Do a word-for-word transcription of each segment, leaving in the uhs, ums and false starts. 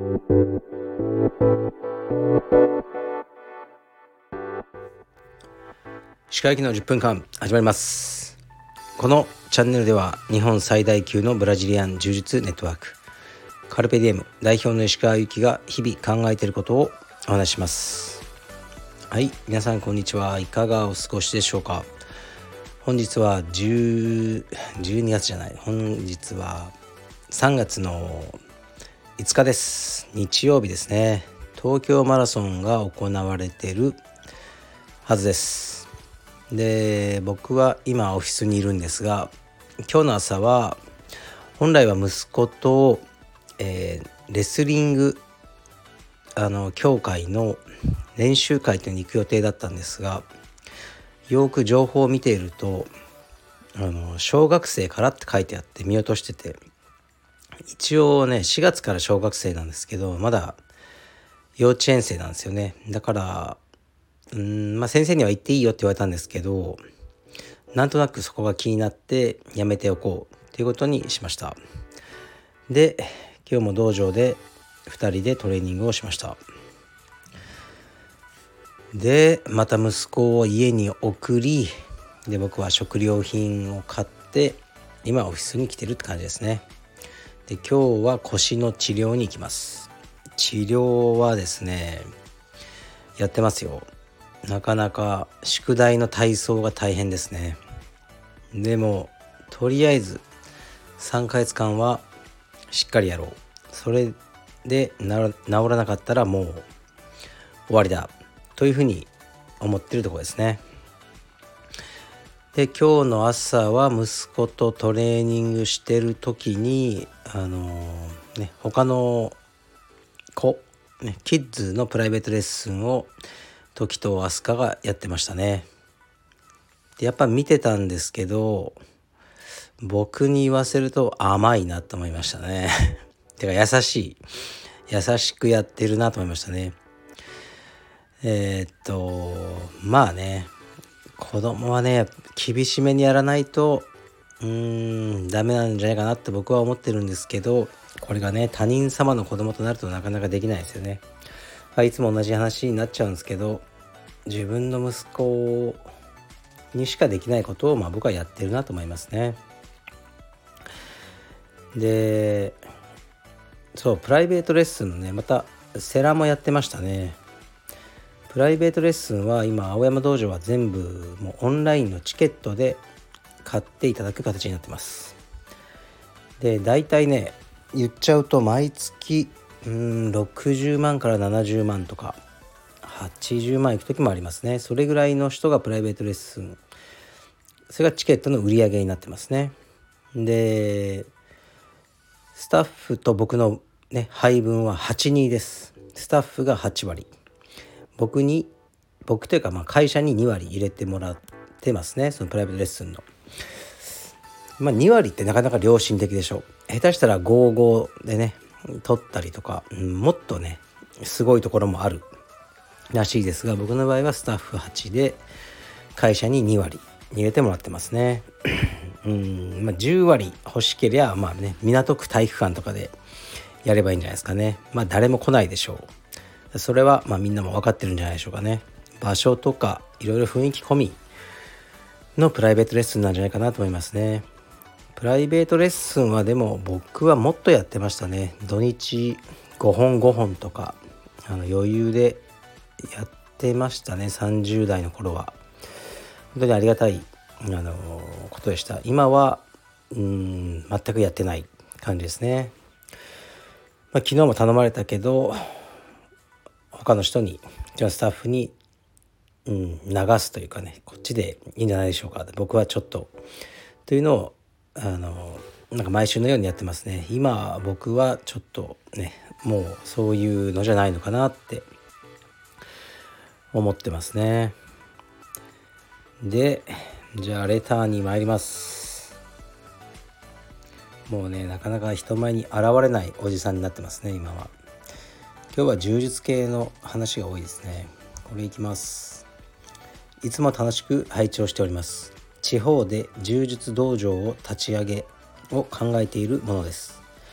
歯科医のじゅっぷんかん始まります。このチャンネルでは日本最大級のブラジリアン柔術ネットワークカルペディエム代表の石川由紀が日々考えていることをお話しします。はい、皆さんこんにちは。いかがお過ごしでしょうか。本日はじゅうにがつじゃない本日はさんがつのいつかです。日曜日ですね。東京マラソンが行われているはずです。で、僕は今オフィスにいるんですが、今日の朝は本来は息子と、えー、レスリングあの協会の練習会というのに行く予定だったんですが、よく情報を見ているとあの小学生からって書いてあって見落としてて、一応ねしがつから小学生なんですけど、まだ幼稚園生なんですよね。だからうーん、まあ、先生には行っていいよって言われたんですけど、なんとなくそこが気になってやめておこうということにしました。で、今日も道場でふたりでトレーニングをしました。で、また息子を家に送り、で僕は食料品を買って今オフィスに来てるって感じですね。で、今日は腰の治療に行きます。治療はですねやってますよ。なかなか宿題の体操が大変ですね。でもとりあえずさんかげつかんはしっかりやろう。それで治らなかったらもう終わりだというふうに思ってるところですね。で、今日の朝は息子とトレーニングしてる時にあのー、ね他の子、ね、キッズのプライベートレッスンを時と飛鳥がやってましたね。でやっぱ見てたんですけど、僕に言わせると甘いなと思いましたねてか優しい優しくやってるなと思いましたね。えー、っとまあね、子供はね厳しめにやらないとうーんダメなんじゃないかなって僕は思ってるんですけど、これがね他人様の子供となるとなかなかできないですよね。いつも同じ話になっちゃうんですけど、自分の息子にしかできないことを、まあ、僕はやってるなと思いますね。で、そうプライベートレッスンのねまたセラもやってましたね。プライベートレッスンは今青山道場は全部もうオンラインのチケットで買っていただく形になってます。で、だいたいね言っちゃうと毎月うーんろくじゅうまんからななじゅうまんとかはちじゅうまんいく時もありますね。それぐらいの人がプライベートレッスン、それがチケットの売り上げになってますね。で、スタッフと僕の、ね、配分ははちにです。スタッフがはちわり、僕に僕というかまあ会社ににわり入れてもらってますね。そのプライベートレッスンの、まあ、にわりってなかなか良心的でしょ。下手したらごじゅうごでね取ったりとか、うん、もっとねすごいところもあるらしいですが、僕の場合はスタッフはちで会社ににわり入れてもらってますねうん、まあ、じゅうわり欲しければまあね港区体育館とかでやればいいんじゃないですかね。まあ誰も来ないでしょう。それはまあみんなも分かってるんじゃないでしょうかね。場所とかいろいろ雰囲気込みのプライベートレッスンなんじゃないかなと思いますね。プライベートレッスンはでも僕はもっとやってましたね。土日ごほんごほんとかあの余裕でやってましたね。さんじゅうだいの頃は本当にありがたいあのことでした。今はうーん全くやってない感じですね。まあ、昨日も頼まれたけど他の人にじゃあスタッフに、うん、流すというかね、こっちでいいんじゃないでしょうか。僕はちょっとというのをあのなんか毎週のようにやってますね。今僕はちょっとねもうそういうのじゃないのかなって思ってますね。で、じゃあレターに参ります。もうねなかなか人前に現れないおじさんになってますね今は。今日は柔術系の話が多いですね。これいきます。いつも楽しく拝聴しております。地方で柔術道場を立ち上げを考えているものです。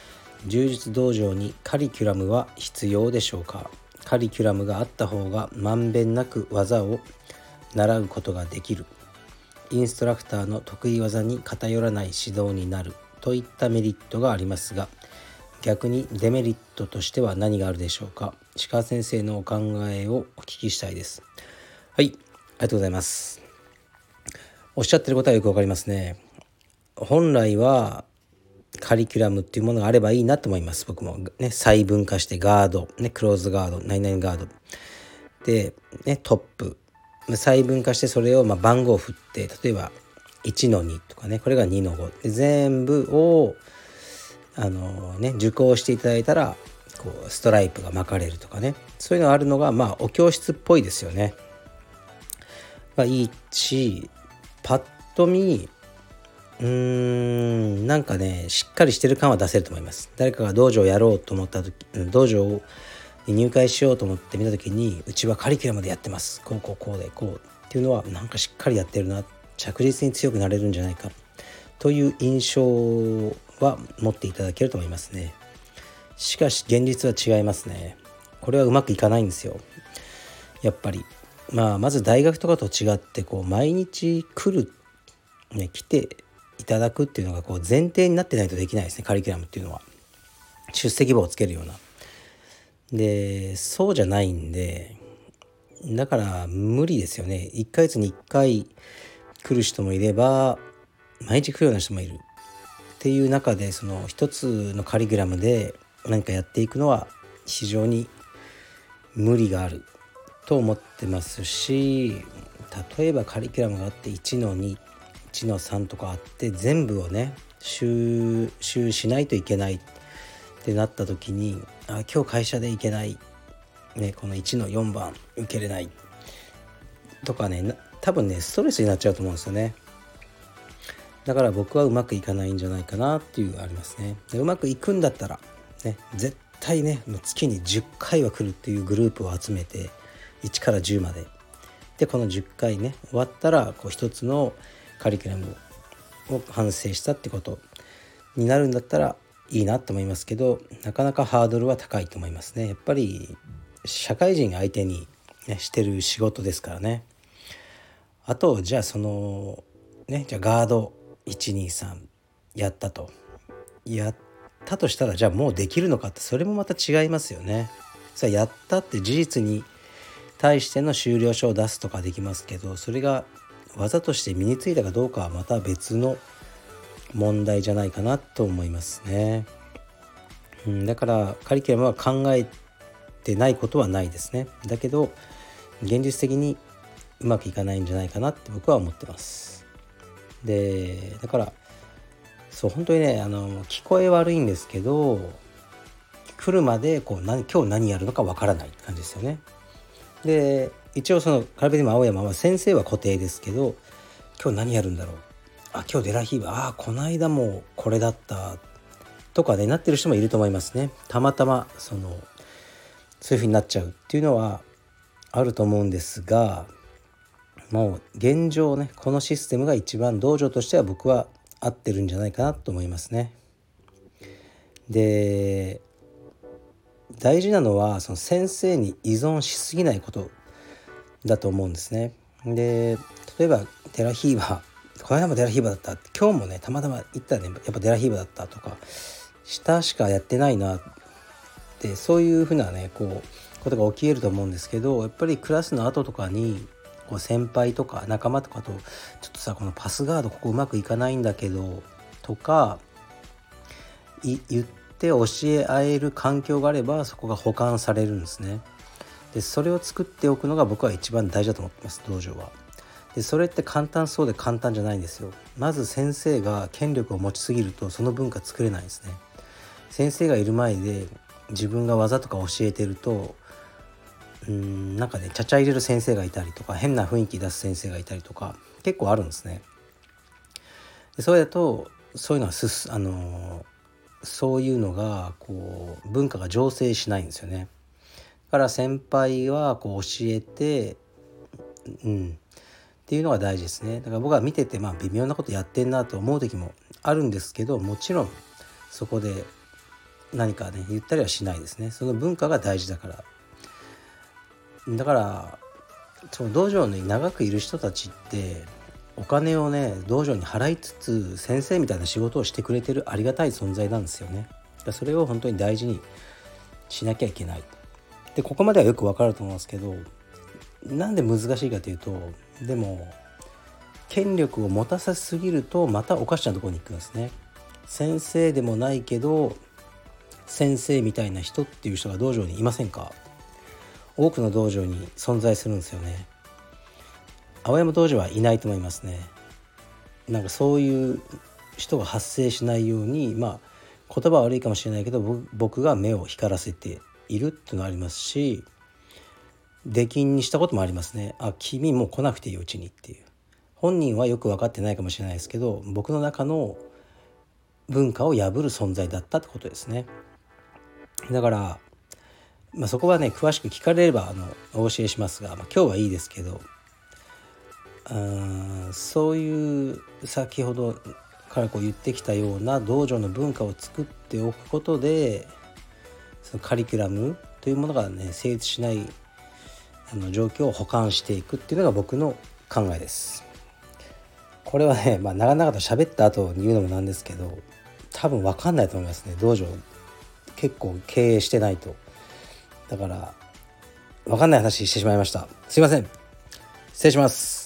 柔術道場にカリキュラムは必要でしょうか？カリキュラムがあった方がまんべんなく技を習うことができる。インストラクターの得意技に偏らない指導になるといったメリットがありますが、逆にデメリットとしては何があるでしょうか？石川先生のお考えをお聞きしたいです。はい、ありがとうございます。おっしゃってることはよくわかりますね。本来はカリキュラムっていうものがあればいいなと思います。僕もね、細分化してガード、ね、クローズガード、ナイナイガードで、ね、トップ細分化して、それをまあ番号を振って、例えばいちのにとかね、これがにのごで全部をあのね受講していただいたらこうストライプが巻かれるとかね、そういうのがあるのがまあお教室っぽいですよね。まあいいし、パッと見うーんなんかねしっかりしてる感は出せると思います。誰かが道場をやろうと思った時、道場を入会しようと思って見た時に、うちはカリキュラムでやってます、こうこうこうでこうっていうのはなんかしっかりやってるな、着実に強くなれるんじゃないかという印象は持っていただけると思いますね。しかし現実は違いますね。これはうまくいかないんですよ。やっぱりまあまず大学とかと違って、こう毎日来る、ね、来ていただくっていうのがこう前提になってないとできないですね。カリキュラムっていうのは出席簿をつけるようなで、そうじゃないんで、だから無理ですよね。いっかげつにいっかい来る人もいれば毎日来るような人もいるっていう中で、その一つのカリキュラムで何かやっていくのは非常に無理があると思ってますし、例えばカリキュラムがあっていちのに、いちのさんとかあって全部をね習習しないといけないってなった時に、あ今日会社で行けない、ね、このいちのよんばん受けれないとかね、多分ねストレスになっちゃうと思うんですよね。だから僕はうまくいかないんじゃないかなっていうありますね。でうまくいくんだったらね、絶対ね月にじゅっかいは来るっていうグループを集めて、いちからじゅうまでで、このじゅっかいね終わったらこう一つのカリキュラムを完成したってことになるんだったらいいなと思いますけど、なかなかハードルは高いと思いますね。やっぱり社会人相手に、ね、してる仕事ですからね。あとじゃあそのねじゃあガードいちにさんやったとやったとしたら、じゃあもうできるのかって、それもまた違いますよね。さあやったって事実に対しての終了書を出すとかできますけど、それが技として身についたかどうかはまた別の問題じゃないかなと思いますね。うん、だからカリキュラムは考えてないことはないですね。だけど現実的にうまくいかないんじゃないかなって僕は思ってます。でだからそう本当にね、あの聞こえ悪いんですけど、来るまでこう何今日何やるのかわからないって感じですよね。で一応そのカルベディム青山は先生は固定ですけど、今日何やるんだろう、あ今日デラヒーバー、あこの間もこれだったとかねなってる人もいると思いますね。たまたまそのそういう風になっちゃうっていうのはあると思うんですが、もう現状ねこのシステムが一番道場としては僕は合ってるんじゃないかなと思いますね。で大事なのはその先生に依存しすぎないことだと思うんですね。で例えばデラヒーバー、この間もデラヒーバーだった、今日もねたまたま行ったらねやっぱデラヒーバーだったとか、下しかやってないなって、そういうふうなねこうことが起きえると思うんですけど、やっぱりクラスの後とかにこう先輩とか仲間とかとちょっとさこのパスガードここうまくいかないんだけどとかい言って教え合える環境があれば、そこが補完されるんですね。でそれを作っておくのが僕は一番大事だと思ってます、道場は。でそれって簡単そうで簡単じゃないんですよ。まず先生が権力を持ちすぎるとその文化作れないですね。先生がいる前で自分が技とか教えてるとうーんなんかねちゃちゃ入れる先生がいたりとか、変な雰囲気出す先生がいたりとか結構あるんですね。でそれだとそういうのはすすあのそういうのがこう文化が醸成しないんですよね。だから先輩はこう教えてうんっていうのが大事ですね。だから僕は見ててまあ微妙なことやってんなと思う時もあるんですけど、もちろんそこで何かね言ったりはしないですね。その文化が大事だから。だからその道場に長くいる人たちってお金をね道場に払いつつ先生みたいな仕事をしてくれてるありがたい存在なんですよね。それを本当に大事にしなきゃいけない。でここまではよくわかると思いますけど、なんで難しいかというと、でも権力を持たせすぎるとまたおかしなところに行くんですね。先生でもないけど先生みたいな人っていう人が道場にいませんか？多くの道場に存在するんですよね。青山道場はいないと思いますね。なんかそういう人が発生しないように、まあ言葉は悪いかもしれないけど僕が目を光らせているっていうのがありますし、出禁にしたこともありますね。あ、君もう来なくていいうちにっていう。本人はよく分かってないかもしれないですけど、僕の中の文化を破る存在だったってことですね。だから、まあ、そこはね詳しく聞かれればあのお教えしますが、まあ、今日はいいですけど、あそういう先ほどからこう言ってきたような道場の文化を作っておくことで、そのカリキュラムというものがね成立しないあの状況を補完していくっていうのが僕の考えです。これはね、まあ、長々と喋った後に言うのもなんですけど、多分分かんないと思いますね。道場結構経営してないと。だから分かんない話してしまいました。すいません。失礼します。